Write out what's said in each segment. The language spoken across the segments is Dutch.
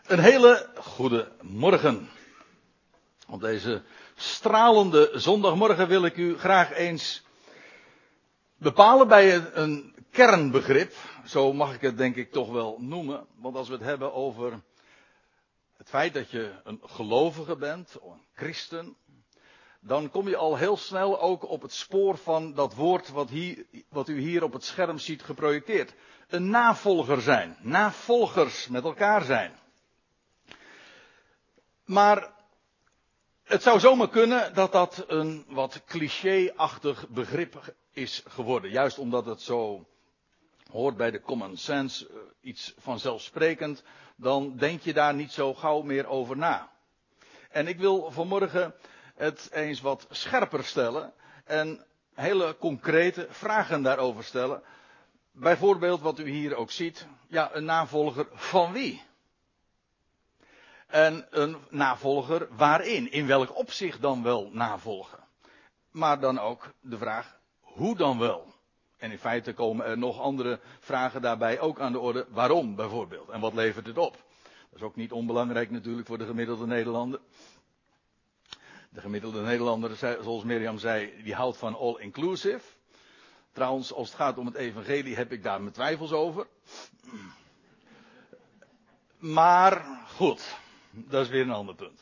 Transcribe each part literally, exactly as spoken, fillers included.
Een hele goede morgen. Op deze stralende zondagmorgen wil ik u graag eens bepalen bij een, een kernbegrip. Zo mag ik het denk ik toch wel noemen. Want als we het hebben over het feit dat je een gelovige bent, of een christen, dan kom je al heel snel ook op het spoor van dat woord wat, hier, wat u hier op het scherm ziet geprojecteerd. Een navolger zijn. Navolgers met elkaar zijn. Maar het zou zomaar kunnen dat dat een wat cliché-achtig begrip is geworden. Juist omdat het zo hoort bij de common sense, iets vanzelfsprekend, dan denk je daar niet zo gauw meer over na. En ik wil vanmorgen het eens wat scherper stellen en hele concrete vragen daarover stellen. Bijvoorbeeld wat u hier ook ziet, ja, een navolger van wie? En een navolger waarin? In welk opzicht dan wel navolgen? Maar dan ook de vraag, hoe dan wel? En in feite komen er nog andere vragen daarbij ook aan de orde. Waarom bijvoorbeeld? En wat levert het op? Dat is ook niet onbelangrijk natuurlijk voor de gemiddelde Nederlander. De gemiddelde Nederlander, zoals Mirjam zei, die houdt van all inclusive. Trouwens, als het gaat om het evangelie heb ik daar mijn twijfels over. Maar goed, dat is weer een ander punt.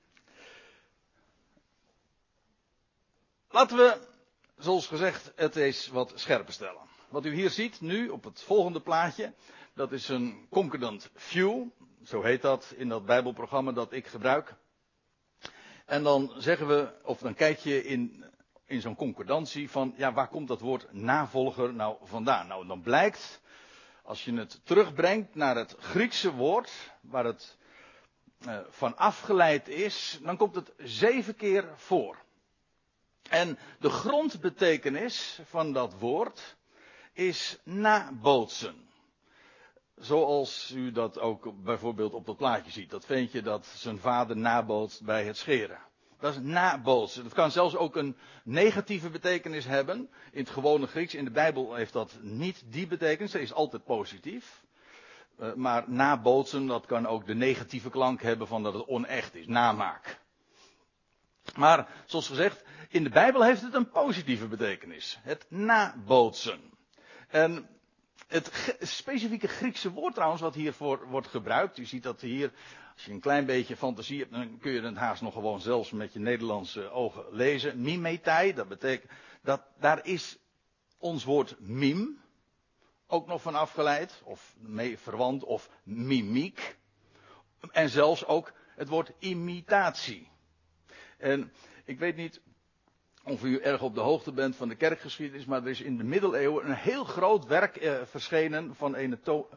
Laten we, zoals gezegd, het eens wat scherper stellen. Wat u hier ziet nu op het volgende plaatje, dat is een concordant view. Zo heet dat in dat Bijbelprogramma dat ik gebruik. En dan zeggen we, of dan kijk je in, in zo'n concordantie van, ja, waar komt dat woord navolger nou vandaan? Nou, dan blijkt, als je het terugbrengt naar het Griekse woord, waar het uh, van afgeleid is, dan komt het zeven keer voor. En de grondbetekenis van dat woord is nabootsen. Zoals u dat ook bijvoorbeeld op dat plaatje ziet. Dat ventje dat zijn vader nabootst bij het scheren. Dat is nabootsen. Dat kan zelfs ook een negatieve betekenis hebben. In het gewone Grieks, in de Bijbel heeft dat niet die betekenis. Dat is altijd positief. Uh, maar nabootsen, dat kan ook de negatieve klank hebben van dat het onecht is. Namaak. Maar, zoals gezegd, in de Bijbel heeft het een positieve betekenis. Het nabootsen. En het specifieke Griekse woord trouwens, wat hiervoor wordt gebruikt. U ziet dat hier, als je een klein beetje fantasie hebt, dan kun je het haast nog gewoon zelfs met je Nederlandse ogen lezen. Mimetai, dat betekent, dat, daar is ons woord mim ook nog van afgeleid. Of mee verwant, of mimiek. En zelfs ook het woord imitatie. En ik weet niet of u erg op de hoogte bent van de kerkgeschiedenis, maar er is in de middeleeuwen een heel groot werk eh, verschenen van een to-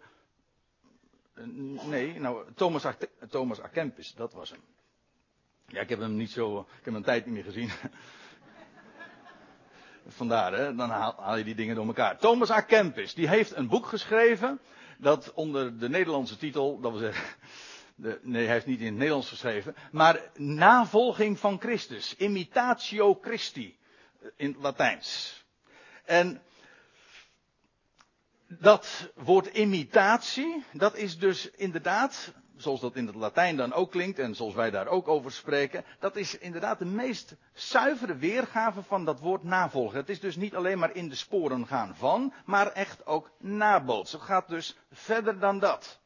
nee, nou, Thomas, A- Thomas A. Kempis, dat was hem. Ja, ik heb hem niet zo, ik heb hem een tijd niet meer gezien. Vandaar, hè, dan haal, haal je die dingen door elkaar. Thomas A. Kempis, die heeft een boek geschreven, dat onder de Nederlandse titel, dat wil zeggen, De, nee, hij heeft niet in het Nederlands geschreven. Maar navolging van Christus. Imitatio Christi. In het Latijns. En dat woord imitatie, dat is dus inderdaad, zoals dat in het Latijn dan ook klinkt en zoals wij daar ook over spreken, dat is inderdaad de meest zuivere weergave van dat woord navolgen. Het is dus niet alleen maar in de sporen gaan van, maar echt ook nabootsen. Het gaat dus verder dan dat.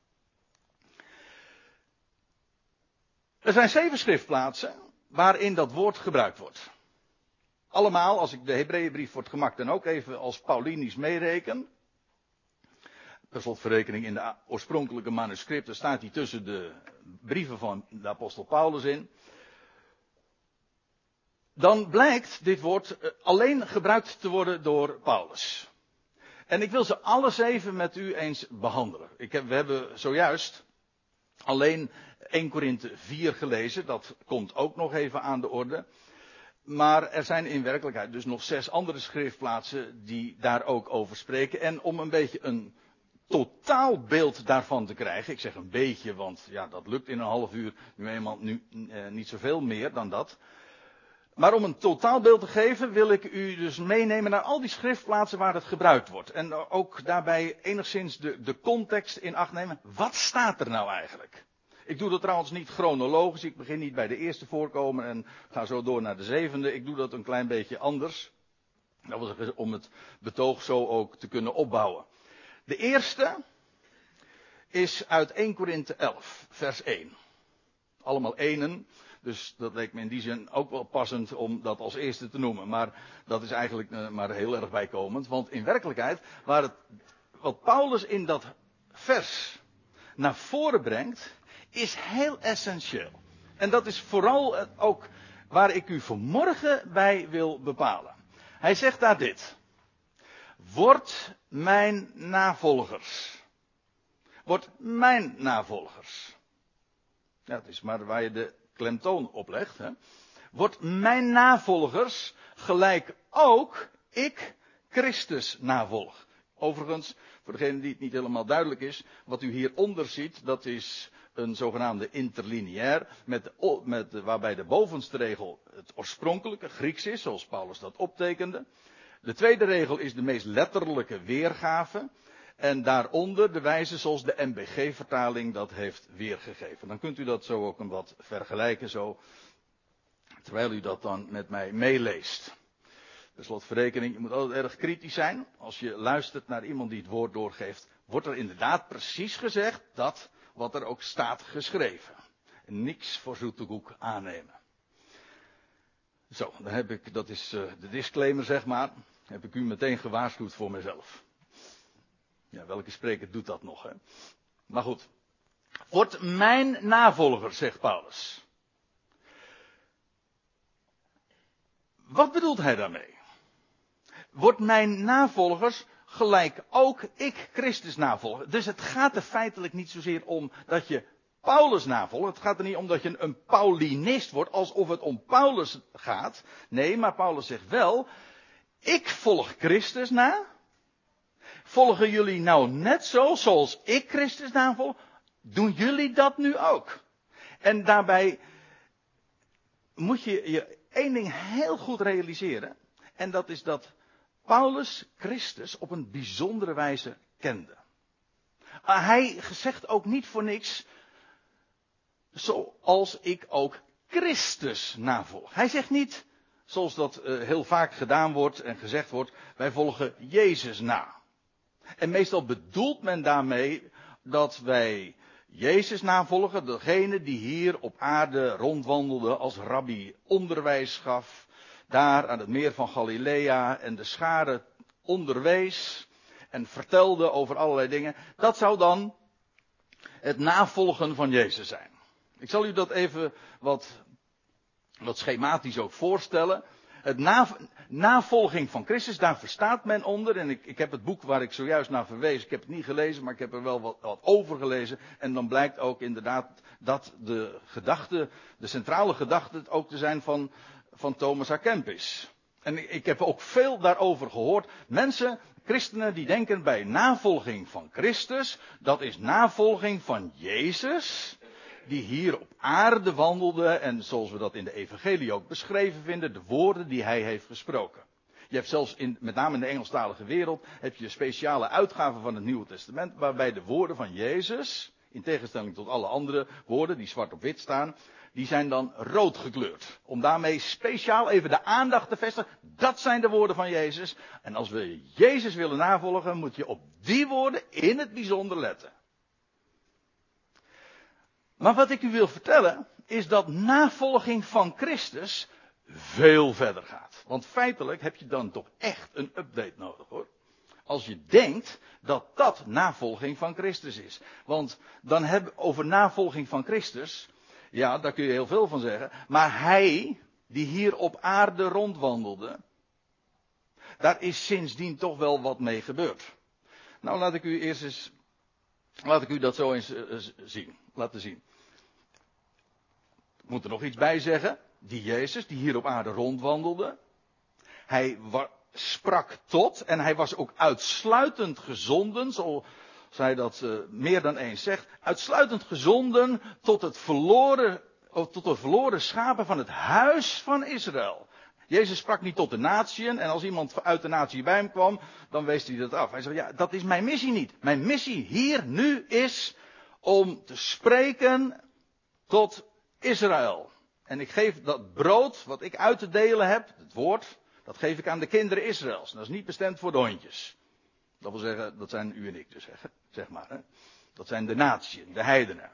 Er zijn zeven schriftplaatsen waarin dat woord gebruikt wordt. Allemaal, als ik de Hebreeënbrief voor het gemak dan ook even als Paulinisch meereken. Per slotverrekening in de oorspronkelijke manuscripten staat die tussen de brieven van de apostel Paulus in. Dan blijkt dit woord alleen gebruikt te worden door Paulus. En ik wil ze alle zeven met u eens behandelen. Ik heb, we hebben zojuist alleen Eerste Korinthe vier gelezen, dat komt ook nog even aan de orde. Maar er zijn in werkelijkheid dus nog zes andere schriftplaatsen die daar ook over spreken. En om een beetje een totaalbeeld daarvan te krijgen, ik zeg een beetje, want ja, dat lukt in een half uur nu eenmaal nu, eh, niet zoveel meer dan dat. Maar om een totaalbeeld te geven wil ik u dus meenemen naar al die schriftplaatsen waar het gebruikt wordt. En ook daarbij enigszins de, de context in acht nemen. Wat staat er nou eigenlijk? Ik doe dat trouwens niet chronologisch. Ik begin niet bij de eerste voorkomen en ga zo door naar de zevende. Ik doe dat een klein beetje anders. Dat wil zeggen, om het betoog zo ook te kunnen opbouwen. De eerste is uit eerste Korinthe elf, vers één. Allemaal enen. Dus dat leek me in die zin ook wel passend om dat als eerste te noemen. Maar dat is eigenlijk uh, maar heel erg bijkomend. Want in werkelijkheid, waar het, wat Paulus in dat vers naar voren brengt, is heel essentieel. En dat is vooral uh, ook waar ik u vanmorgen bij wil bepalen. Hij zegt daar dit. Word mijn navolgers. Word mijn navolgers. Ja, het is maar waar je de klemtoon op legt. Hè. Word mijn navolgers, gelijk ook ik Christus navolg. Overigens, voor degene die het niet helemaal duidelijk is, wat u hieronder ziet, dat is een zogenaamde interlineair, met de, met de, waarbij de bovenste regel het oorspronkelijke Grieks is, zoals Paulus dat optekende. De tweede regel is de meest letterlijke weergave. En daaronder de wijze zoals de M B G-vertaling dat heeft weergegeven. Dan kunt u dat zo ook een wat vergelijken, zo, terwijl u dat dan met mij meeleest. Per slotverrekening, je moet altijd erg kritisch zijn. Als je luistert naar iemand die het woord doorgeeft, wordt er inderdaad precies gezegd dat wat er ook staat geschreven. En niks voor zoete koek aannemen. Zo, dan heb ik, dat is uh, de disclaimer zeg maar, heb ik u meteen gewaarschuwd voor mezelf. Ja, welke spreker doet dat nog, hè? Maar goed. Word mijn navolger, zegt Paulus. Wat bedoelt hij daarmee? Word mijn navolgers, gelijk ook ik Christus navolger. Dus het gaat er feitelijk niet zozeer om dat je Paulus navolgt. Het gaat er niet om dat je een Paulinist wordt, alsof het om Paulus gaat. Nee, maar Paulus zegt wel, ik volg Christus na. Volgen jullie nou net zo, zoals ik Christus navolg? Doen jullie dat nu ook? En daarbij moet je je één ding heel goed realiseren. En dat is dat Paulus Christus op een bijzondere wijze kende. Hij zegt ook niet voor niks, zoals ik ook Christus navolg. Hij zegt niet, zoals dat uh, heel vaak gedaan wordt en gezegd wordt, wij volgen Jezus na. En meestal bedoelt men daarmee dat wij Jezus navolgen, degene die hier op aarde rondwandelde als rabbi onderwijs gaf, daar aan het meer van Galilea en de scharen onderwees en vertelde over allerlei dingen. Dat zou dan het navolgen van Jezus zijn. Ik zal u dat even wat, wat schematisch ook voorstellen. Het na, navolging van Christus, daar verstaat men onder. En ik, ik heb het boek waar ik zojuist naar verwees, ik heb het niet gelezen, maar ik heb er wel wat, wat over gelezen. En dan blijkt ook inderdaad dat de gedachte, de centrale gedachte het ook te zijn van, van Thomas à Kempis. En ik, ik heb ook veel daarover gehoord. Mensen, christenen die denken bij navolging van Christus, dat is navolging van Jezus, die hier op aarde wandelde en zoals we dat in de evangelie ook beschreven vinden, de woorden die hij heeft gesproken. Je hebt zelfs in, met name in de Engelstalige wereld, heb je speciale uitgaven van het Nieuwe Testament, waarbij de woorden van Jezus, in tegenstelling tot alle andere woorden die zwart op wit staan, die zijn dan rood gekleurd. Om daarmee speciaal even de aandacht te vestigen, dat zijn de woorden van Jezus. En als we Jezus willen navolgen, moet je op die woorden in het bijzonder letten. Maar wat ik u wil vertellen, is dat navolging van Christus veel verder gaat. Want feitelijk heb je dan toch echt een update nodig, hoor. Als je denkt dat dat navolging van Christus is. Want dan hebben we over navolging van Christus, ja, daar kun je heel veel van zeggen. Maar hij, die hier op aarde rondwandelde, daar is sindsdien toch wel wat mee gebeurd. Nou, laat ik u eerst eens, laat ik u dat zo eens uh, zien, laten zien. Ik moet er nog iets bij zeggen. Die Jezus, die hier op aarde rondwandelde. Hij wa- sprak tot en hij was ook uitsluitend gezonden, zoals hij dat uh, meer dan eens zegt. Uitsluitend gezonden tot het verloren, tot de verloren schapen van het huis van Israël. Jezus sprak niet tot de natieën en als iemand uit de natie bij hem kwam, dan wees hij dat af. Hij zei, ja, dat is mijn missie niet. Mijn missie hier nu is om te spreken tot Israël. En ik geef dat brood wat ik uit te delen heb, het woord, dat geef ik aan de kinderen Israëls. En dat is niet bestemd voor de hondjes. Dat wil zeggen, dat zijn u en ik dus, zeg maar. Hè? Dat zijn de natieën, de heidenen.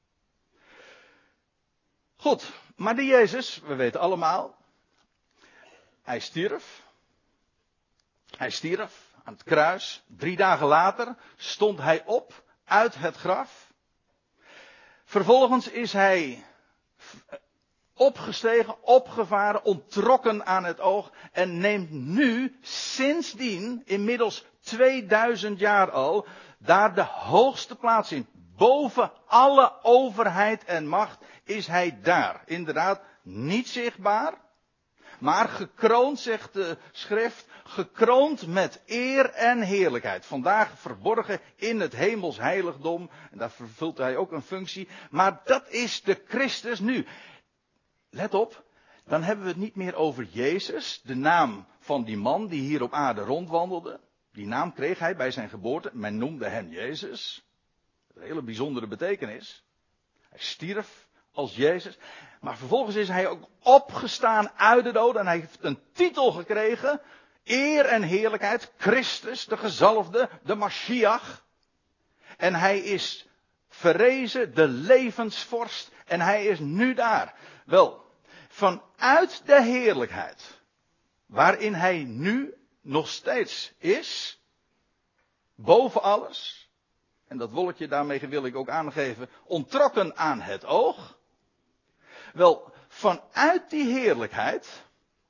Goed, maar die Jezus, we weten allemaal, hij stierf. Hij stierf aan het kruis. Drie dagen later stond hij op uit het graf. Vervolgens is hij opgestegen, opgevaren, onttrokken aan het oog en neemt nu sindsdien, inmiddels tweeduizend jaar al, daar de hoogste plaats in. Boven alle overheid en macht is hij daar. Inderdaad, niet zichtbaar, maar gekroond, zegt de schrift, gekroond met eer en heerlijkheid. Vandaag verborgen in het hemels heiligdom. En daar vervult hij ook een functie. Maar dat is de Christus nu. Let op, dan hebben we het niet meer over Jezus, de naam van die man die hier op aarde rondwandelde. Die naam kreeg hij bij zijn geboorte. Men noemde hem Jezus. Een hele bijzondere betekenis. Hij stierf als Jezus. Maar vervolgens is hij ook opgestaan uit de dood. En hij heeft een titel gekregen. Eer en heerlijkheid. Christus, de gezalfde, de Mashiach. En hij is verrezen, de levensvorst. En hij is nu daar. Wel, vanuit de heerlijkheid. Waarin hij nu nog steeds is. Boven alles. En dat wolkje, daarmee wil ik ook aangeven, onttrokken aan het oog. Wel, vanuit die heerlijkheid.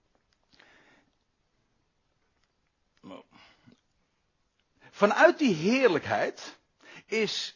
Vanuit die heerlijkheid is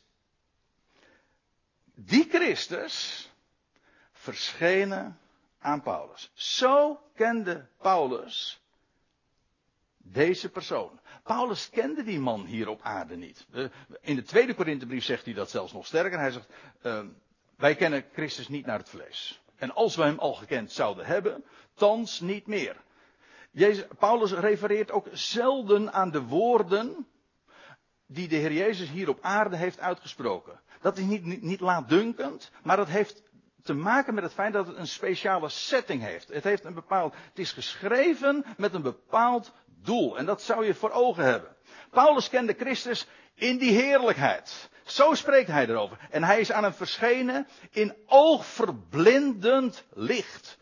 die Christus verschenen aan Paulus. Zo kende Paulus deze persoon. Paulus kende die man hier op aarde niet. In de tweede Korinthebrief zegt hij dat zelfs nog sterker. Hij zegt, uh, wij kennen Christus niet naar het vlees. En als we hem al gekend zouden hebben, thans niet meer. Jezus, Paulus refereert ook zelden aan de woorden die de Heer Jezus hier op aarde heeft uitgesproken. Dat is niet, niet, niet laatdunkend, maar dat heeft te maken met het feit dat het een speciale setting heeft. Het heeft een bepaald, het is geschreven met een bepaald doel. En dat zou je voor ogen hebben. Paulus kende Christus in die heerlijkheid. Zo spreekt hij erover. En hij is aan hem verschenen in oogverblindend licht.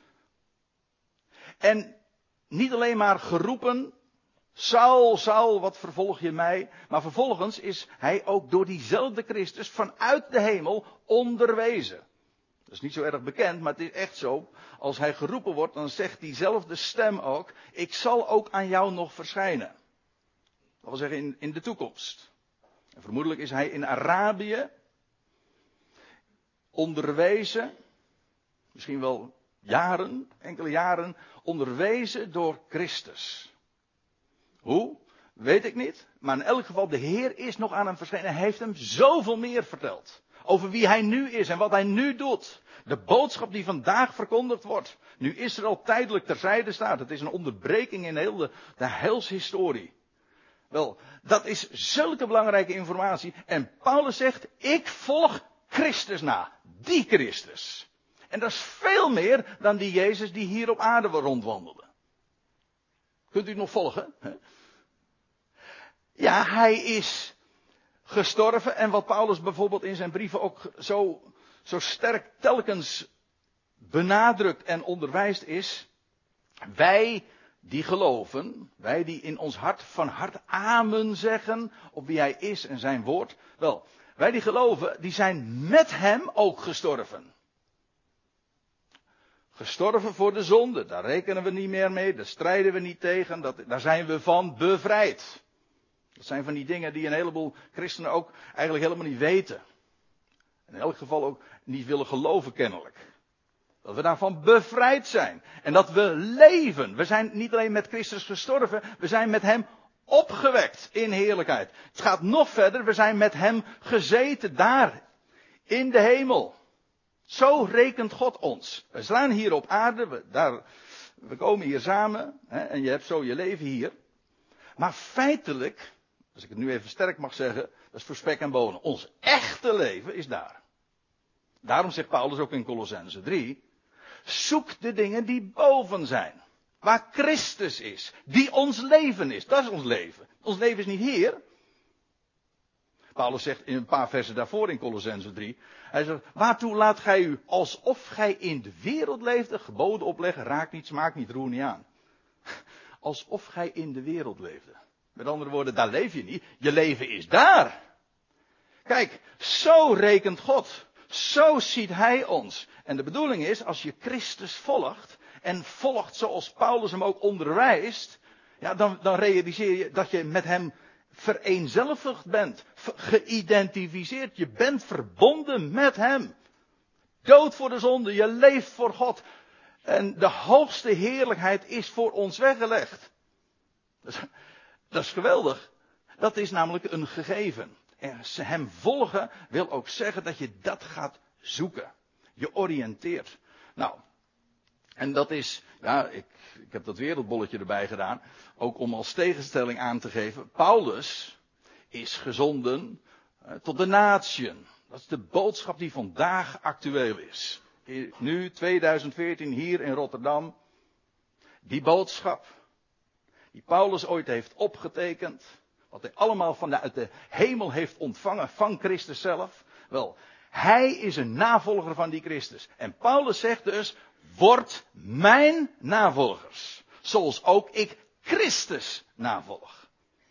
En niet alleen maar geroepen, Saul, Saul, wat vervolg je mij? Maar vervolgens is hij ook door diezelfde Christus vanuit de hemel onderwezen. Dat is niet zo erg bekend, maar het is echt zo. Als hij geroepen wordt, dan zegt diezelfde stem ook, ik zal ook aan jou nog verschijnen. Dat wil zeggen in, in de toekomst. En vermoedelijk is hij in Arabië onderwezen, misschien wel jaren, enkele jaren, onderwezen door Christus. Hoe? Weet ik niet. Maar in elk geval, de Heer is nog aan hem verschenen. Hij heeft hem zoveel meer verteld. Over wie hij nu is en wat hij nu doet. De boodschap die vandaag verkondigd wordt. Nu Israël tijdelijk terzijde staat. Het is een onderbreking in heel de, de heilshistorie. Wel, dat is zulke belangrijke informatie. En Paulus zegt, ik volg Christus na. Die Christus. En dat is veel meer dan die Jezus die hier op aarde rondwandelde. Kunt u het nog volgen? Ja, hij is gestorven. En wat Paulus bijvoorbeeld in zijn brieven ook zo, zo sterk telkens benadrukt en onderwijst is. Wij die geloven, wij die in ons hart van hart amen zeggen op wie hij is en zijn woord. Wel, wij die geloven, die zijn met hem ook gestorven. Gestorven voor de zonde, daar rekenen we niet meer mee, daar strijden we niet tegen, dat, daar zijn we van bevrijd. Dat zijn van die dingen die een heleboel christenen ook eigenlijk helemaal niet weten. In elk geval ook niet willen geloven kennelijk. Dat we daarvan bevrijd zijn. En dat we leven. We zijn niet alleen met Christus gestorven, we zijn met hem opgewekt in heerlijkheid. Het gaat nog verder, we zijn met hem gezeten daar in de hemel. Zo rekent God ons. We staan hier op aarde, we, daar, we komen hier samen hè, en je hebt zo je leven hier. Maar feitelijk, als ik het nu even sterk mag zeggen, dat is voor spek en bonen. Ons echte leven is daar. Daarom zegt Paulus ook in Colossenzen drie. Zoek de dingen die boven zijn. Waar Christus is. Die ons leven is. Dat is ons leven. Ons leven is niet hier. Paulus zegt in een paar versen daarvoor in Colossenzen drie. Hij zegt, waartoe laat gij u alsof gij in de wereld leefde, geboden opleggen, raak niet, smaak niet, roer niet aan. Alsof gij in de wereld leefde. Met andere woorden, daar leef je niet. Je leven is daar. Kijk, zo rekent God. Zo ziet hij ons. En de bedoeling is, als je Christus volgt, en volgt zoals Paulus hem ook onderwijst, ja, dan, dan realiseer je dat je met hem vereenzelvigd bent. Geïdentificeerd. Je bent verbonden met hem. Dood voor de zonde. Je leeft voor God. En de hoogste heerlijkheid is voor ons weggelegd. Dat is, dat is geweldig. Dat is namelijk een gegeven. En hem volgen wil ook zeggen dat je dat gaat zoeken. Je oriënteert. Nou, en dat is, ja, ik, ik heb dat wereldbolletje erbij gedaan. Ook om als tegenstelling aan te geven. Paulus is gezonden uh, tot de natieën. Dat is de boodschap die vandaag actueel is. Nu, tweeduizend veertien, hier in Rotterdam. Die boodschap. Die Paulus ooit heeft opgetekend. Wat hij allemaal vanuit de hemel heeft ontvangen van Christus zelf. Wel, hij is een navolger van die Christus. En Paulus zegt dus, word mijn navolgers. Zoals ook ik Christus navolg.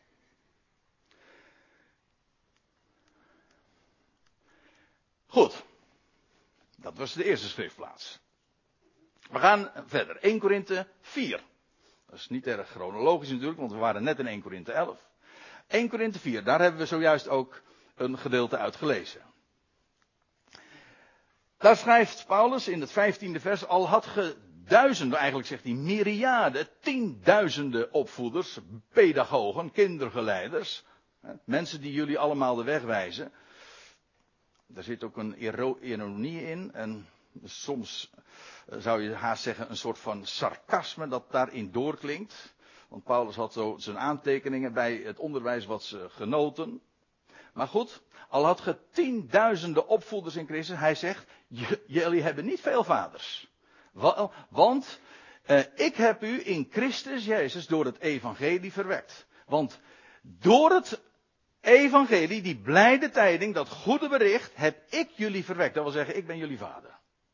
Goed. Dat was de eerste schriftplaats. We gaan verder. Eerste Korinthe vier. Dat is niet erg chronologisch natuurlijk, want we waren net in Eerste Korinthe elf. Eerste Korinthe vier, daar hebben we zojuist ook een gedeelte uit gelezen. Daar schrijft Paulus in het vijftiende vers, al had ge duizenden, eigenlijk zegt hij myriaden, tienduizenden opvoeders, pedagogen, kindergeleiders, mensen die jullie allemaal de weg wijzen. Daar zit ook een ironie in en soms zou je haast zeggen een soort van sarcasme dat daarin doorklinkt. Want Paulus had zo zijn aantekeningen bij het onderwijs wat ze genoten. Maar goed, al had ge tienduizenden opvoeders in Christus, hij zegt, jullie hebben niet veel vaders. Want eh, ik heb u in Christus Jezus door het evangelie verwekt. Want door het evangelie, die blijde tijding, dat goede bericht, heb ik jullie verwekt. Dat wil zeggen, ik ben jullie vader.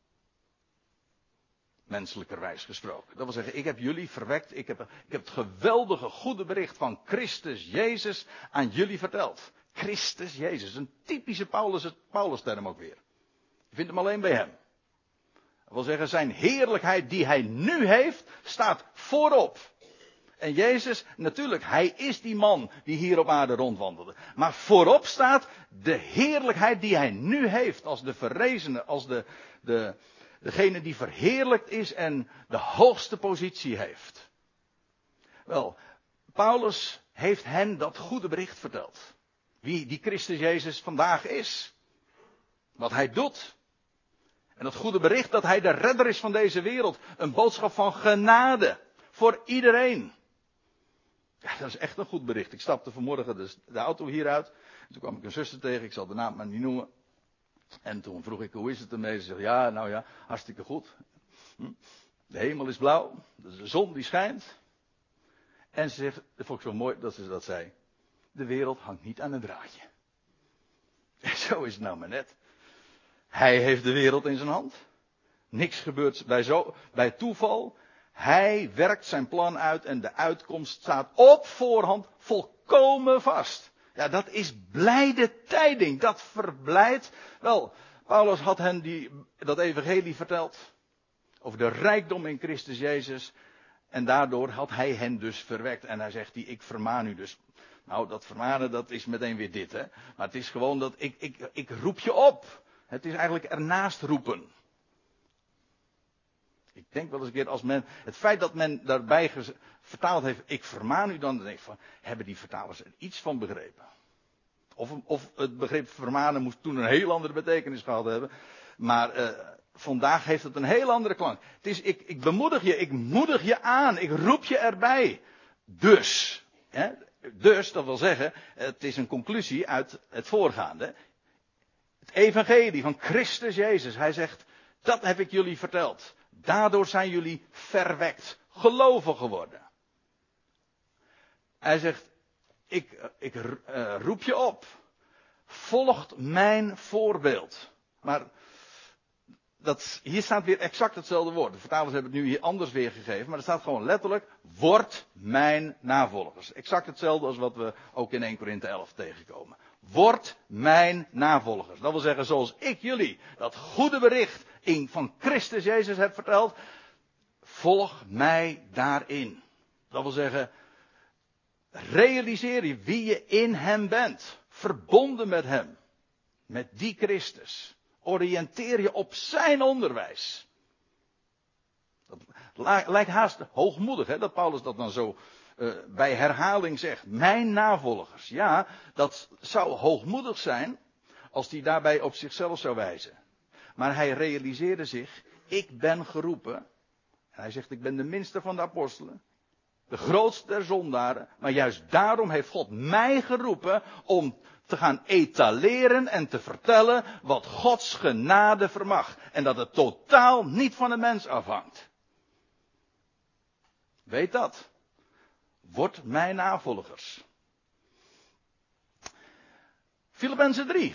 Menselijkerwijs gesproken. Dat wil zeggen, ik heb jullie verwekt. Ik heb, ik heb het geweldige goede bericht van Christus Jezus aan jullie verteld. Christus Jezus. Een typische Paulus, Paulus-term ook weer. Je vindt hem alleen bij hem. Dat wil zeggen, zijn heerlijkheid die hij nu heeft, staat voorop. En Jezus, natuurlijk, hij is die man die hier op aarde rondwandelde. Maar voorop staat de heerlijkheid die hij nu heeft als de verrezene, als de, de, degene die verheerlijkt is en de hoogste positie heeft. Wel, Paulus heeft hen dat goede bericht verteld. Wie die Christus Jezus vandaag is. Wat hij doet. En dat goede bericht dat hij de redder is van deze wereld. Een boodschap van genade. Voor iedereen. Ja, dat is echt een goed bericht. Ik stapte vanmorgen de, de auto hieruit. En toen kwam ik een zuster tegen. Ik zal de naam maar niet noemen. En toen vroeg ik, hoe is het ermee? Ze zegt, ja, nou ja, hartstikke goed. De hemel is blauw. De zon die schijnt. En ze zegt, dat vond ik zo mooi dat ze dat zei. De wereld hangt niet aan een draadje. En zo is het nou maar net. Hij heeft de wereld in zijn hand. Niks gebeurt bij, zo, bij toeval. Hij werkt zijn plan uit en de uitkomst staat op voorhand volkomen vast. Ja, dat is blijde tijding. Dat verblijdt. Wel, Paulus had hen die, dat evangelie verteld. Over de rijkdom in Christus Jezus. En daardoor had hij hen dus verwekt. En hij zegt, die, ik vermaan u dus. Nou, dat vermanen, dat is meteen weer dit, hè. Maar het is gewoon dat, ik, ik, ik roep je op. Het is eigenlijk ernaast roepen. Ik denk wel eens een keer als men, het feit dat men daarbij gez, vertaald heeft, ik vermaan u dan, dan denk ik van, hebben die vertalers er iets van begrepen? Of, of het begrip vermanen moest toen een heel andere betekenis gehad hebben. Maar uh, vandaag heeft het een heel andere klank. Het is, ik, ik bemoedig je, ik moedig je aan, ik roep je erbij. Dus, hè, dus, dat wil zeggen, het is een conclusie uit het voorgaande. Het evangelie van Christus Jezus. Hij zegt, dat heb ik jullie verteld. Daardoor zijn jullie verwekt, gelovig geworden. Hij zegt, ik, ik uh, roep je op. Volgt mijn voorbeeld. Maar dat, hier staat weer exact hetzelfde woord. De vertalers hebben het nu hier anders weergegeven. Maar er staat gewoon letterlijk, word mijn navolgers. Exact hetzelfde als wat we ook in Eerste Korinthe elf tegenkomen. Word mijn navolgers. Dat wil zeggen, zoals ik jullie dat goede bericht in, van Christus Jezus heb verteld. Volg mij daarin. Dat wil zeggen, realiseer je wie je in hem bent. Verbonden met hem. Met die Christus. Oriënteer je op zijn onderwijs. Dat lijkt haast hoogmoedig, hè, dat Paulus dat dan zo uh, bij herhaling zegt. Mijn navolgers. Ja, dat zou hoogmoedig zijn als hij daarbij op zichzelf zou wijzen. Maar hij realiseerde zich, ik ben geroepen. En hij zegt, ik ben de minste van de apostelen. De grootste der zondaren. Maar juist daarom heeft God mij geroepen om te gaan etaleren en te vertellen wat Gods genade vermag. En dat het totaal niet van de mens afhangt. Weet dat. Word mijn navolgers. Filippenzen drie.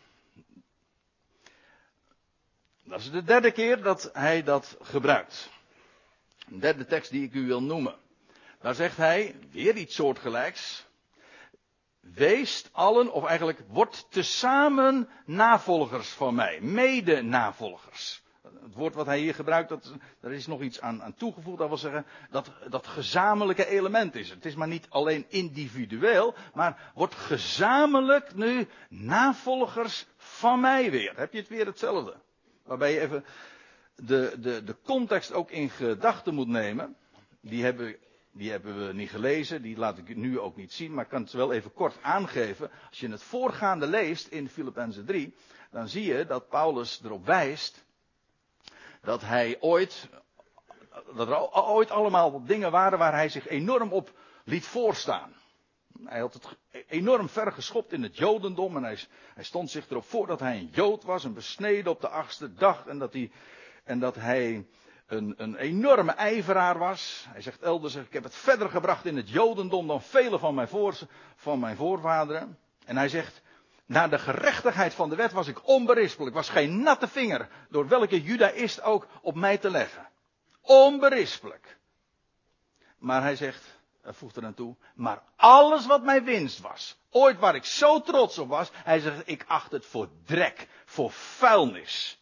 Dat is de derde keer dat hij dat gebruikt. Een derde tekst die ik u wil noemen. Daar zegt hij, weer iets soortgelijks. Weest allen, of eigenlijk wordt tezamen navolgers van mij. Mede-navolgers. Het woord wat hij hier gebruikt, dat, daar is nog iets aan, aan toegevoegd. Dat wil zeggen, dat dat gezamenlijke element is. Het is maar niet alleen individueel, maar wordt gezamenlijk nu navolgers van mij weer. Heb je het weer hetzelfde? Waarbij je even de, de, de context ook in gedachten moet nemen. Die hebben, die hebben we niet gelezen, die laat ik nu ook niet zien, maar ik kan het wel even kort aangeven. Als je het voorgaande leest in Filippenzen drie, dan zie je dat Paulus erop wijst dat hij ooit, dat er ooit allemaal dingen waren waar hij zich enorm op liet voorstaan. Hij had het enorm ver geschopt in het Jodendom en hij, hij stond zich erop voor dat hij een Jood was, een besneden op de achtste dag en dat hij, en dat hij een, een enorme ijveraar was. Hij zegt elders, ik heb het verder gebracht in het Jodendom dan vele van mijn, voor, van mijn voorvaderen. En hij zegt, naar de gerechtigheid van de wet was ik onberispelijk. Was geen natte vinger door welke judaïst ook op mij te leggen. Onberispelijk. Maar hij zegt, hij voegt er aan toe, maar alles wat mij winst was, ooit waar ik zo trots op was, hij zegt, ik acht het voor drek, voor vuilnis.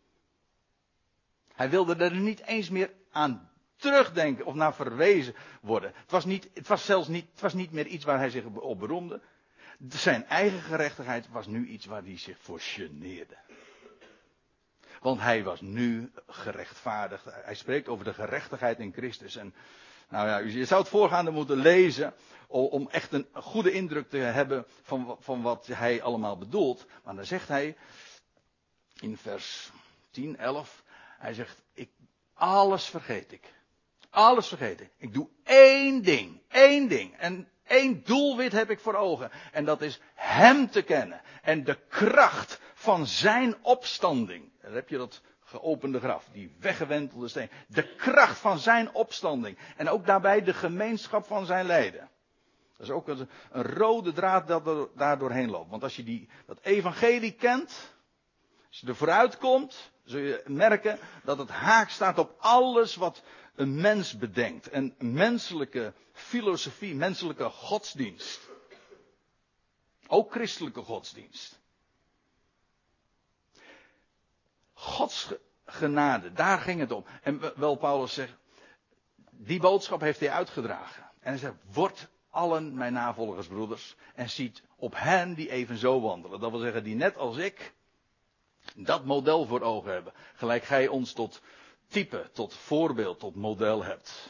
Hij wilde er niet eens meer aan terugdenken of naar verwezen worden. Het was, niet, het was zelfs niet, het was niet meer iets waar hij zich op beroemde. Zijn eigen gerechtigheid was nu iets waar hij zich voor geneerde. Want hij was nu gerechtvaardigd. Hij spreekt over de gerechtigheid in Christus. En nou ja, je zou het voorgaande moeten lezen om echt een goede indruk te hebben van, van wat hij allemaal bedoelt. Maar dan zegt hij in vers tien, elf, hij zegt, ik, alles vergeet ik. Alles vergeet ik. Ik doe één ding, één ding. En één doelwit heb ik voor ogen. En dat is hem te kennen. En de kracht van zijn opstanding. Daar heb je dat geopende graf, die weggewentelde steen. De kracht van zijn opstanding. En ook daarbij de gemeenschap van zijn lijden. Dat is ook een, een rode draad dat er daar doorheen loopt. Want als je die, dat evangelie kent, als je er vooruit komt, zul je merken dat het haak staat op alles wat een mens bedenkt. En menselijke filosofie, menselijke godsdienst. Ook christelijke godsdienst. Gods genade, daar ging het om. En wel Paulus zegt, die boodschap heeft hij uitgedragen. En hij zegt, word allen mijn navolgers, broeders. En ziet op hen die evenzo wandelen. Dat wil zeggen, die net als ik dat model voor ogen hebben. Gelijk gij ons tot type, tot voorbeeld, tot model hebt.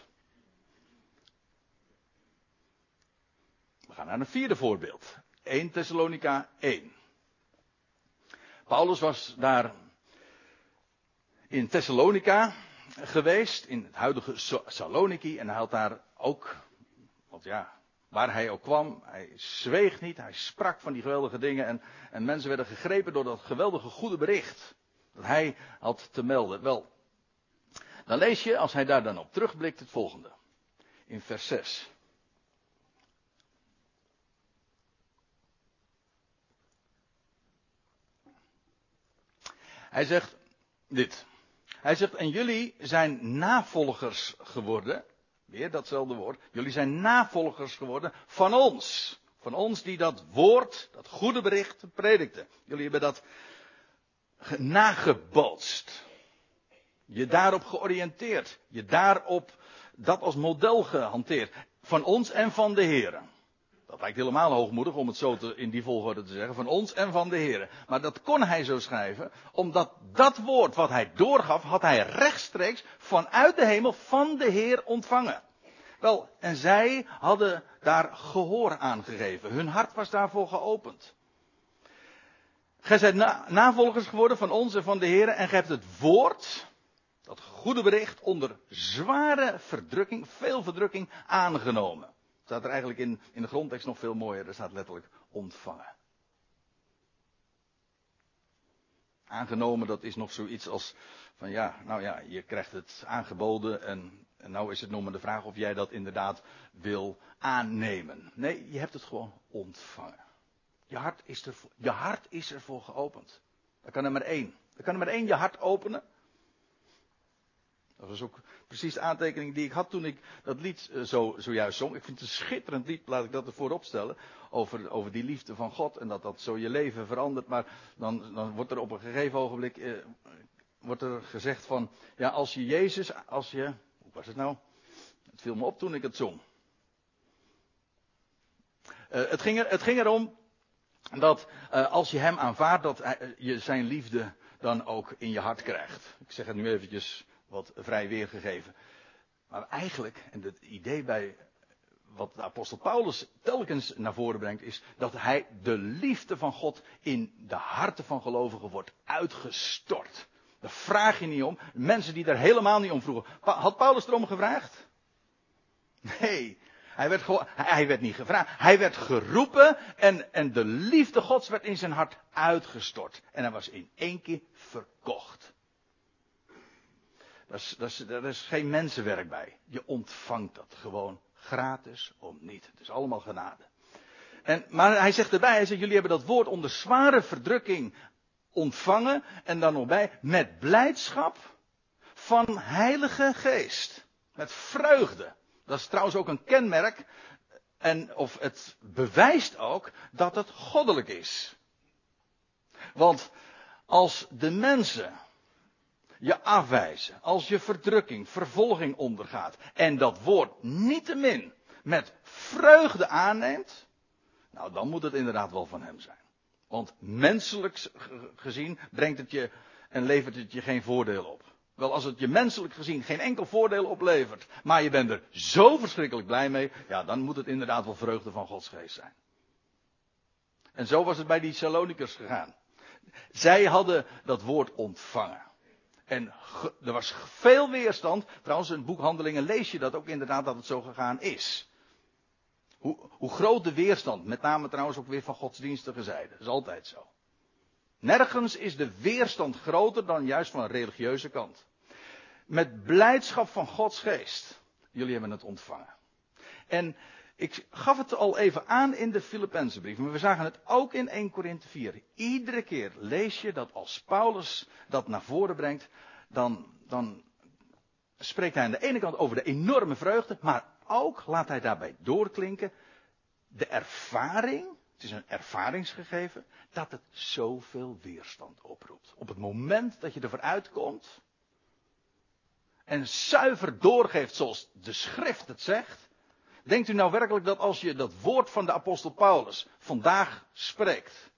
We gaan naar een vierde voorbeeld. Eerste Thessalonica één. Paulus was daar in Thessalonica geweest, in het huidige Saloniki. En hij had daar ook, want ja, Waar hij ook kwam, hij zweeg niet, hij sprak van die geweldige dingen. En, en mensen werden gegrepen door dat geweldige goede bericht. Dat hij had te melden. Wel, dan lees je, als hij daar dan op terugblikt, het volgende. In vers zes. Hij zegt dit. Hij zegt, en jullie zijn navolgers geworden. Weer datzelfde woord. Jullie zijn navolgers geworden van ons. Van ons die dat woord, dat goede bericht predikten. Jullie hebben dat nagebootst. Je daarop georiënteerd. Je daarop dat als model gehanteerd. Van ons en van de Here. Dat lijkt helemaal hoogmoedig om het zo te, in die volgorde te zeggen. Van ons en van de Here. Maar dat kon hij zo schrijven. Omdat dat woord wat hij doorgaf, had hij rechtstreeks vanuit de hemel van de Heer ontvangen. Wel, en zij hadden daar gehoor aan gegeven. Hun hart was daarvoor geopend. Gij zijt na, navolgers geworden van ons en van de Heer. En gij hebt het woord, dat goede bericht, onder zware verdrukking, veel verdrukking, aangenomen. Staat er eigenlijk in, in de grondtekst nog veel mooier. Er staat letterlijk ontvangen. Aangenomen, dat is nog zoiets als van ja, nou ja, je krijgt het aangeboden en, en nou is het nog maar de vraag of jij dat inderdaad wil aannemen. Nee, je hebt het gewoon ontvangen. Je hart is er, je hart is ervoor geopend. Er kan er maar één. Er kan er maar één je hart openen. Dat was ook precies de aantekening die ik had toen ik dat lied zo, zojuist zong. Ik vind het een schitterend lied, laat ik dat ervoor opstellen. Over, over die liefde van God en dat dat zo je leven verandert. Maar dan, dan wordt er op een gegeven ogenblik eh, wordt er gezegd van, ja, als je Jezus, als je, hoe was het nou? Het viel me op toen ik het zong. Uh, het, ging er, het ging erom dat uh, als je hem aanvaardt, dat hij, je zijn liefde dan ook in je hart krijgt. Ik zeg het nu eventjes wat vrij weergegeven. Maar eigenlijk, en het idee bij wat de apostel Paulus telkens naar voren brengt, is dat hij de liefde van God in de harten van gelovigen wordt uitgestort. Daar vraag je niet om. Mensen die daar helemaal niet om vroegen. Had Paulus erom gevraagd? Nee. Hij werd, gewoon, hij werd niet gevraagd. Hij werd geroepen en, en de liefde Gods werd in zijn hart uitgestort. En hij was in één keer verkocht. Daar is, daar is, daar is geen mensenwerk bij. Je ontvangt dat gewoon gratis om niet. Het is allemaal genade. En, maar hij zegt erbij, hij zegt, jullie hebben dat woord onder zware verdrukking ontvangen. En dan nog bij, met blijdschap van Heilige Geest. Met vreugde. Dat is trouwens ook een kenmerk. En of het bewijst ook dat het goddelijk is. Want als de mensen je afwijzen, als je verdrukking, vervolging ondergaat en dat woord niettemin met vreugde aanneemt, nou dan moet het inderdaad wel van hem zijn. Want menselijk gezien brengt het je en levert het je geen voordeel op. Wel, als het je menselijk gezien geen enkel voordeel oplevert, maar je bent er zo verschrikkelijk blij mee, ja, dan moet het inderdaad wel vreugde van Gods geest zijn. En zo was het bij die Thessalonikers gegaan. Zij hadden dat woord ontvangen. En ge, er was veel weerstand. Trouwens, in het boek Handelingen lees je dat ook inderdaad dat het zo gegaan is. Hoe, hoe groot de weerstand, met name trouwens ook weer van godsdienstige zijde. Dat is altijd zo. Nergens is de weerstand groter dan juist van een religieuze kant. Met blijdschap van Gods geest. Jullie hebben het ontvangen. En ik gaf het al even aan in de Filippenzenbrief, maar we zagen het ook in Eerste Korinthe vier. Iedere keer lees je dat als Paulus dat naar voren brengt, dan, dan spreekt hij aan de ene kant over de enorme vreugde, maar ook laat hij daarbij doorklinken de ervaring, het is een ervaringsgegeven, dat het zoveel weerstand oproept. Op het moment dat je ervoor uitkomt en zuiver doorgeeft zoals de schrift het zegt, denkt u nou werkelijk dat als je dat woord van de apostel Paulus vandaag spreekt,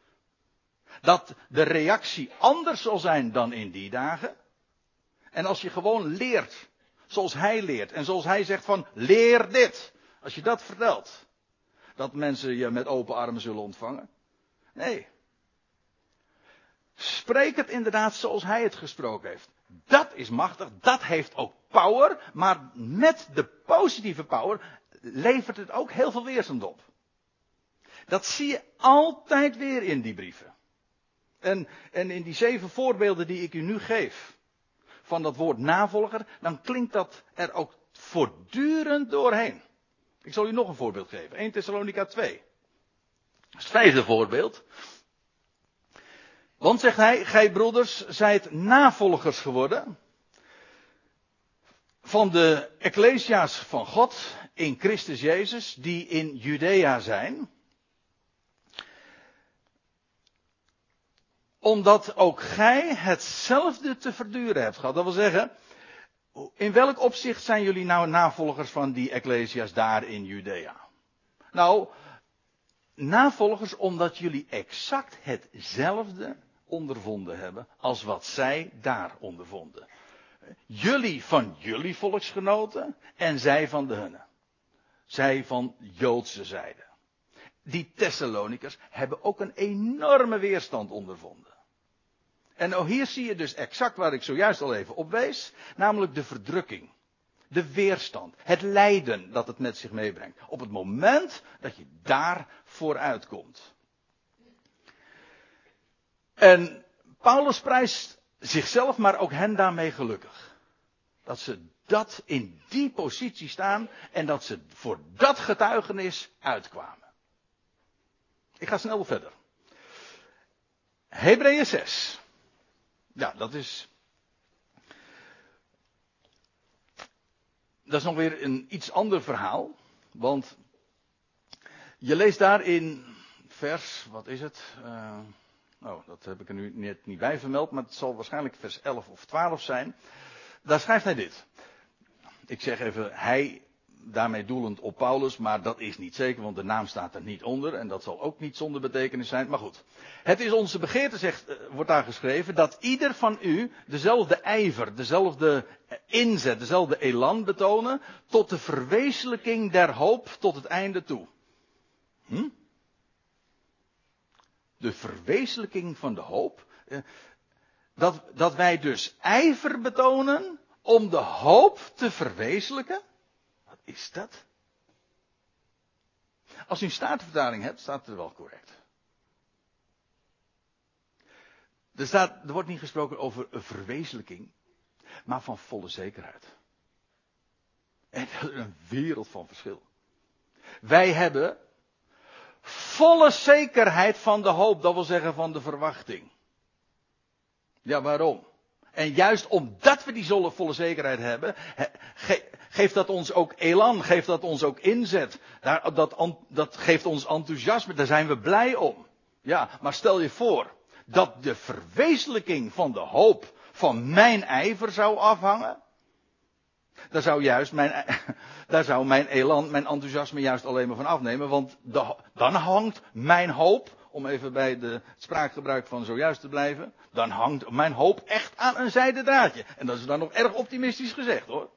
dat de reactie anders zal zijn dan in die dagen? En als je gewoon leert, zoals hij leert, en zoals hij zegt van, leer dit. Als je dat vertelt, dat mensen je met open armen zullen ontvangen? Nee. Spreek het inderdaad zoals hij het gesproken heeft. Dat is machtig, dat heeft ook power, maar met de positieve power levert het ook heel veel weerstand op. Dat zie je altijd weer in die brieven. En, en in die zeven voorbeelden die ik u nu geef, van dat woord navolger, dan klinkt dat er ook voortdurend doorheen. Ik zal u nog een voorbeeld geven. Eerste Thessalonica twee. Dat is het vijfde voorbeeld. Want, zegt hij, gij broeders zijt navolgers geworden van de ecclesia's van God in Christus Jezus, die in Judea zijn. Omdat ook gij hetzelfde te verduren hebt gehad. Dat wil zeggen, in welk opzicht zijn jullie nou navolgers van die ecclesia's daar in Judea? Nou, navolgers omdat jullie exact hetzelfde ondervonden hebben als wat zij daar ondervonden. Jullie van jullie volksgenoten en zij van de hunne. Zij van Joodse zijde. Die Thessalonikers hebben ook een enorme weerstand ondervonden. En ook hier zie je dus exact waar ik zojuist al even op wees, namelijk de verdrukking, de weerstand, het lijden dat het met zich meebrengt. Op het moment dat je daar vooruit komt. En Paulus prijst zichzelf, maar ook hen daarmee gelukkig. Dat ze dat in die positie staan en dat ze voor dat getuigenis uitkwamen. Ik ga snel verder. Hebreeën zes. Ja, dat is. Dat is nog weer een iets ander verhaal. Want je leest daar in vers, wat is het? Uh, oh, dat heb ik er nu net niet bij vermeld, maar het zal waarschijnlijk vers elf of twaalf zijn. Daar schrijft hij dit. Ik zeg even hij, daarmee doelend op Paulus, maar dat is niet zeker, want de naam staat er niet onder en dat zal ook niet zonder betekenis zijn. Maar goed, het is onze begeerte, zegt, uh, wordt daar geschreven, dat ieder van u dezelfde ijver, dezelfde inzet, dezelfde elan betonen, tot de verwezenlijking der hoop tot het einde toe. Hm? De verwezenlijking van de hoop. Uh, dat, dat wij dus ijver betonen om de hoop te verwezenlijken. Wat is dat? Als u een statenvertaling hebt, staat het er wel correct. Er, staat, er wordt niet gesproken over een verwezenlijking, maar van volle zekerheid. En dat is een wereld van verschil. Wij hebben volle zekerheid van de hoop, dat wil zeggen van de verwachting. Ja, waarom? En juist omdat we die volle zekerheid hebben, ge, geeft dat ons ook elan, geeft dat ons ook inzet. Daar, dat, dat geeft ons enthousiasme, daar zijn we blij om. Ja, maar stel je voor dat de verwezenlijking van de hoop van mijn ijver zou afhangen. Daar zou juist mijn, daar zou mijn elan, mijn enthousiasme juist alleen maar van afnemen. Want de, dan hangt mijn hoop, om even bij de spraakgebruik van zojuist te blijven. Dan hangt mijn hoop echt aan een zijden draadje. En dat is dan nog erg optimistisch gezegd hoor.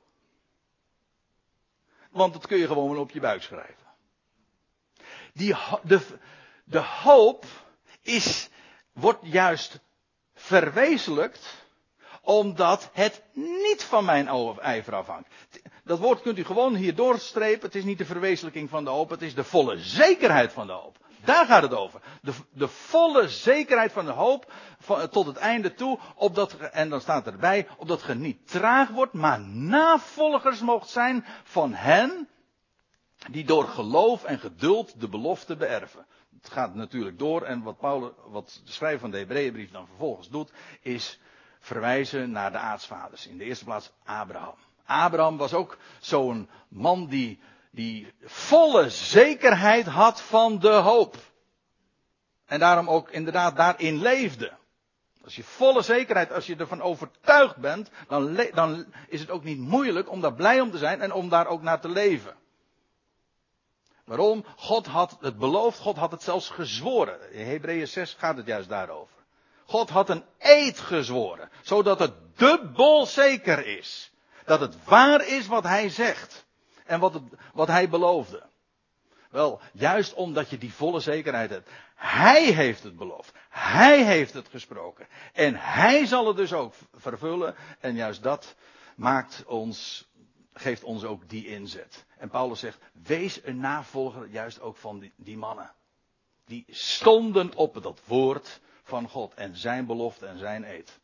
Want dat kun je gewoon op je buik schrijven. Die, de, de hoop is, wordt juist verwezenlijkt omdat het niet van mijn ijver afhangt. Dat woord kunt u gewoon hier doorstrepen. Het is niet de verwezenlijking van de hoop. Het is de volle zekerheid van de hoop. Daar gaat het over. De, de volle zekerheid van de hoop. Van, tot het einde toe. Opdat, en dan staat erbij. Opdat ge niet traag wordt. Maar navolgers moogt zijn van hen. Die door geloof en geduld de belofte beërven. Het gaat natuurlijk door. En wat, Paulus, wat de schrijver van de Hebreeënbrief dan vervolgens doet. Is verwijzen naar de aartsvaders. In de eerste plaats Abraham. Abraham was ook zo'n man die, die volle zekerheid had van de hoop. En daarom ook inderdaad daarin leefde. Als je volle zekerheid, als je ervan overtuigd bent, dan, le- dan is het ook niet moeilijk om daar blij om te zijn en om daar ook naar te leven. Waarom? God had het beloofd, God had het zelfs gezworen. In Hebreeën zes gaat het juist daarover. God had een eed gezworen, zodat het dubbel zeker is. Dat het waar is wat hij zegt. En wat, het, wat hij beloofde. Wel, juist omdat je die volle zekerheid hebt. Hij heeft het beloofd. Hij heeft het gesproken. En hij zal het dus ook vervullen. En juist dat maakt ons geeft ons ook die inzet. En Paulus zegt, wees een navolger juist ook van die, die mannen. Die stonden op dat woord van God en zijn belofte en zijn eed.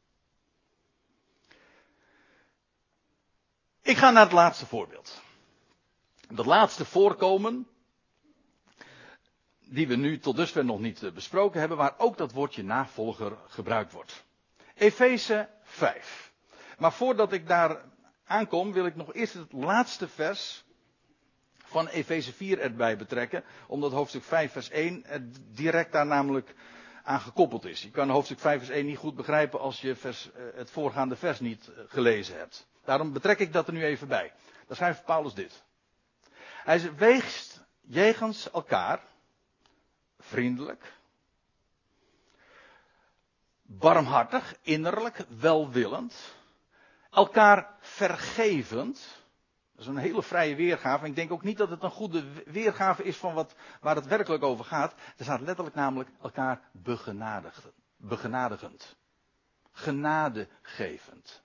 Ik ga naar het laatste voorbeeld. Dat laatste voorkomen, die we nu tot dusver nog niet besproken hebben, waar ook dat woordje navolger gebruikt wordt. Efeze vijf. Maar voordat ik daar aankom, wil ik nog eerst het laatste vers van Efeze vier erbij betrekken, omdat hoofdstuk vijf vers één direct daar namelijk aan gekoppeld is. Je kan hoofdstuk vijf vers één niet goed begrijpen als je vers, het voorgaande vers niet gelezen hebt. Daarom betrek ik dat er nu even bij. Daar schrijft Paulus dit. Hij zegt, wees jegens elkaar vriendelijk, barmhartig, innerlijk, welwillend, elkaar vergevend. Dat is een hele vrije weergave. Ik denk ook niet dat het een goede weergave is van wat, waar het werkelijk over gaat. Er staat letterlijk namelijk elkaar begenadigend. begenadigend. Genadegevend.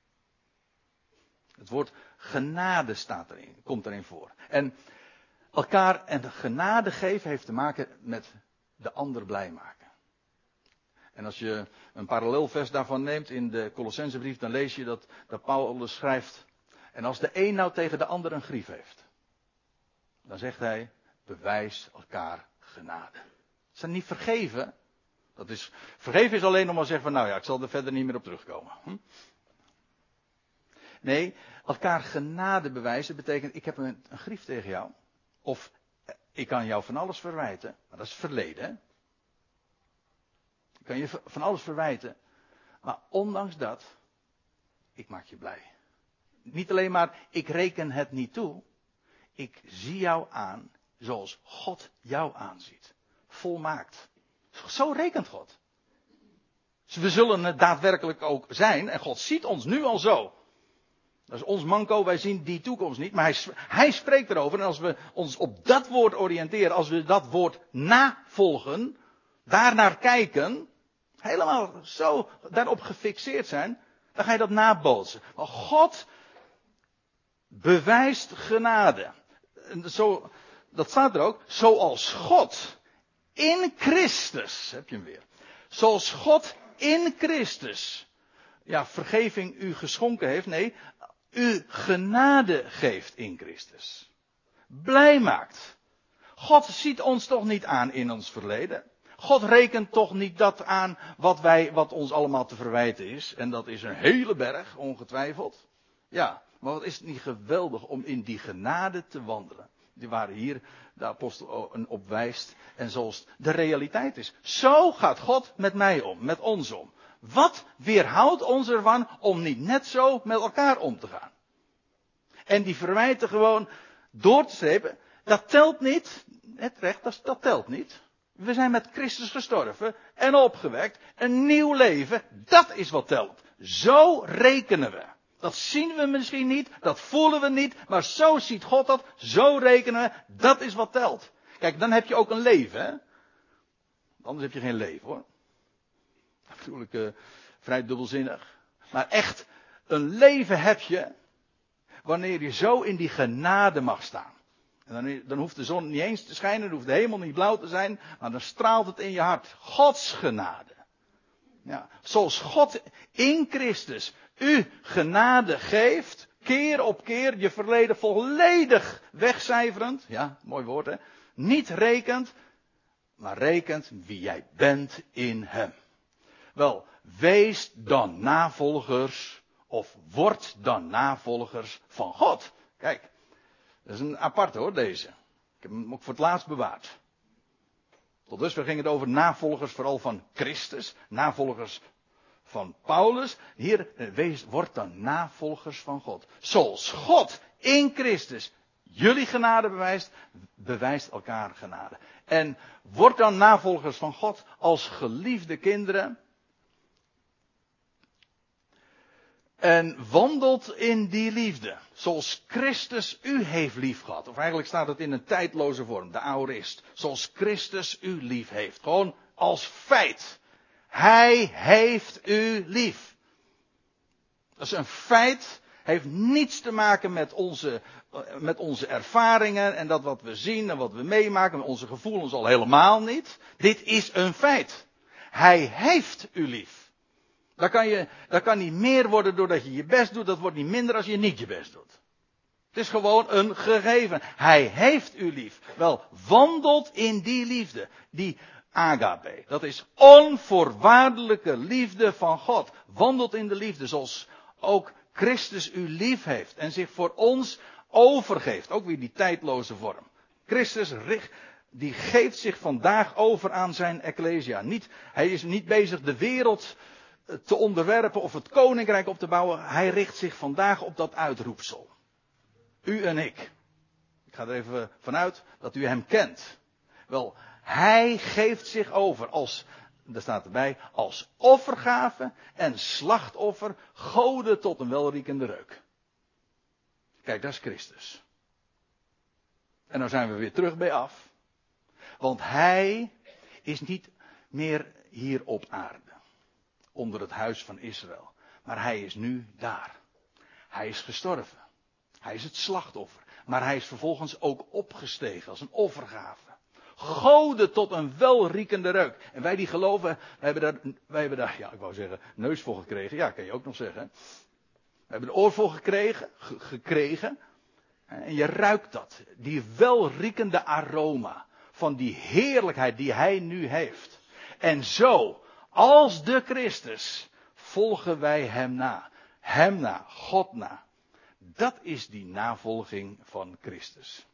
Het woord genade staat erin, komt erin voor. En elkaar en genade geven heeft te maken met de ander blij maken. En als je een parallelvers daarvan neemt in de Colossensebrief, dan lees je dat, dat Paulus schrijft. En als de een nou tegen de ander een grief heeft, dan zegt hij, bewijs elkaar genade. Is dat niet vergeven? Dat is, vergeven is alleen om maar te zeggen van, nou ja, ik zal er verder niet meer op terugkomen. Hm? Nee, elkaar genade bewijzen betekent, ik heb een, een grief tegen jou. Of ik kan jou van alles verwijten, maar dat is verleden. Hè? Ik kan je van alles verwijten, maar ondanks dat, ik maak je blij. Niet alleen maar, ik reken het niet toe. Ik zie jou aan zoals God jou aanziet. Volmaakt. Zo rekent God. Dus we zullen het daadwerkelijk ook zijn. En God ziet ons nu al zo. Dat is ons manco, wij zien die toekomst niet. Maar hij, hij spreekt erover. En als we ons op dat woord oriënteren. Als we dat woord navolgen. Daarnaar kijken. Helemaal zo daarop gefixeerd zijn. Dan ga je dat nabootsen. Maar God bewijst genade. Zo, dat staat er ook. Zoals God in Christus. Heb je hem weer. Zoals God in Christus. Ja, vergeving u geschonken heeft. Nee, u genade geeft in Christus. Blij maakt. God ziet ons toch niet aan in ons verleden. God rekent toch niet dat aan wat wij, wat ons allemaal te verwijten is. En dat is een hele berg, ongetwijfeld. Ja, maar wat is het niet geweldig om in die genade te wandelen. Die waar hier de apostel op wijst. En zoals de realiteit is. Zo gaat God met mij om, met ons om. Wat weerhoudt ons ervan om niet net zo met elkaar om te gaan? En die verwijten gewoon door te strepen. Dat telt niet. Het recht, dat, dat telt niet. We zijn met Christus gestorven en opgewekt. Een nieuw leven, dat is wat telt. Zo rekenen we. Dat zien we misschien niet, dat voelen we niet, maar zo ziet God dat, zo rekenen we, dat is wat telt. Kijk, dan heb je ook een leven, hè. Anders heb je geen leven, hoor. Dat bedoel ik uh, vrij dubbelzinnig. Maar echt, een leven heb je, wanneer je zo in die genade mag staan. En dan, dan hoeft de zon niet eens te schijnen, dan hoeft de hemel niet blauw te zijn, maar dan straalt het in je hart. Gods genade. Ja, zoals God in Christus u genade geeft, keer op keer je verleden volledig wegcijferend, ja, mooi woord hè, niet rekent, maar rekent wie jij bent in hem. Wel, wees dan navolgers, of word dan navolgers van God. Kijk, dat is een apart hoor, deze. Ik heb hem ook voor het laatst bewaard. Tot dusver ging het over navolgers vooral van Christus, navolgers van Paulus. Hier, wees, wordt dan navolgers van God. Zoals God in Christus jullie genade bewijst, bewijst elkaar genade. En wordt dan navolgers van God als geliefde kinderen. En wandelt in die liefde. Zoals Christus u heeft lief gehad. Of eigenlijk staat het in een tijdloze vorm. De aorist. Zoals Christus u lief heeft. Gewoon als feit. Hij heeft u lief. Dat is een feit. Heeft niets te maken met onze, met onze ervaringen en dat wat we zien en wat we meemaken. Met onze gevoelens al helemaal niet. Dit is een feit. Hij heeft u lief. Dat kan, je, dat kan niet meer worden doordat je je best doet. Dat wordt niet minder als je niet je best doet. Het is gewoon een gegeven. Hij heeft u lief. Wel, wandelt in die liefde. Die agape. Dat is onvoorwaardelijke liefde van God. Wandelt in de liefde zoals ook Christus u lief heeft. En zich voor ons overgeeft. Ook weer die tijdloze vorm. Christus richt, die geeft zich vandaag over aan zijn ecclesia. Niet, hij is niet bezig de wereld te onderwerpen of het koninkrijk op te bouwen. Hij richt zich vandaag op dat uitroepsel. U en ik. Ik ga er even vanuit dat u hem kent. Wel, hij geeft zich over als, daar staat erbij, als offergave en slachtoffer, goden tot een welriekende reuk. Kijk, dat is Christus. En dan zijn we weer terug bij af. Want hij is niet meer hier op aarde. Onder het huis van Israël. Maar hij is nu daar. Hij is gestorven. Hij is het slachtoffer. Maar hij is vervolgens ook opgestegen als een offergave. Goden tot een welriekende reuk. En wij die geloven, wij hebben daar, wij hebben daar, ja ik wou zeggen, neus voor gekregen. Ja, kan je ook nog zeggen. We hebben de oor voor gekregen, ge- gekregen. En je ruikt dat. Die welriekende aroma. Van die heerlijkheid die hij nu heeft. En zo, als de Christus, volgen wij hem na. Hem na, God na. Dat is die navolging van Christus.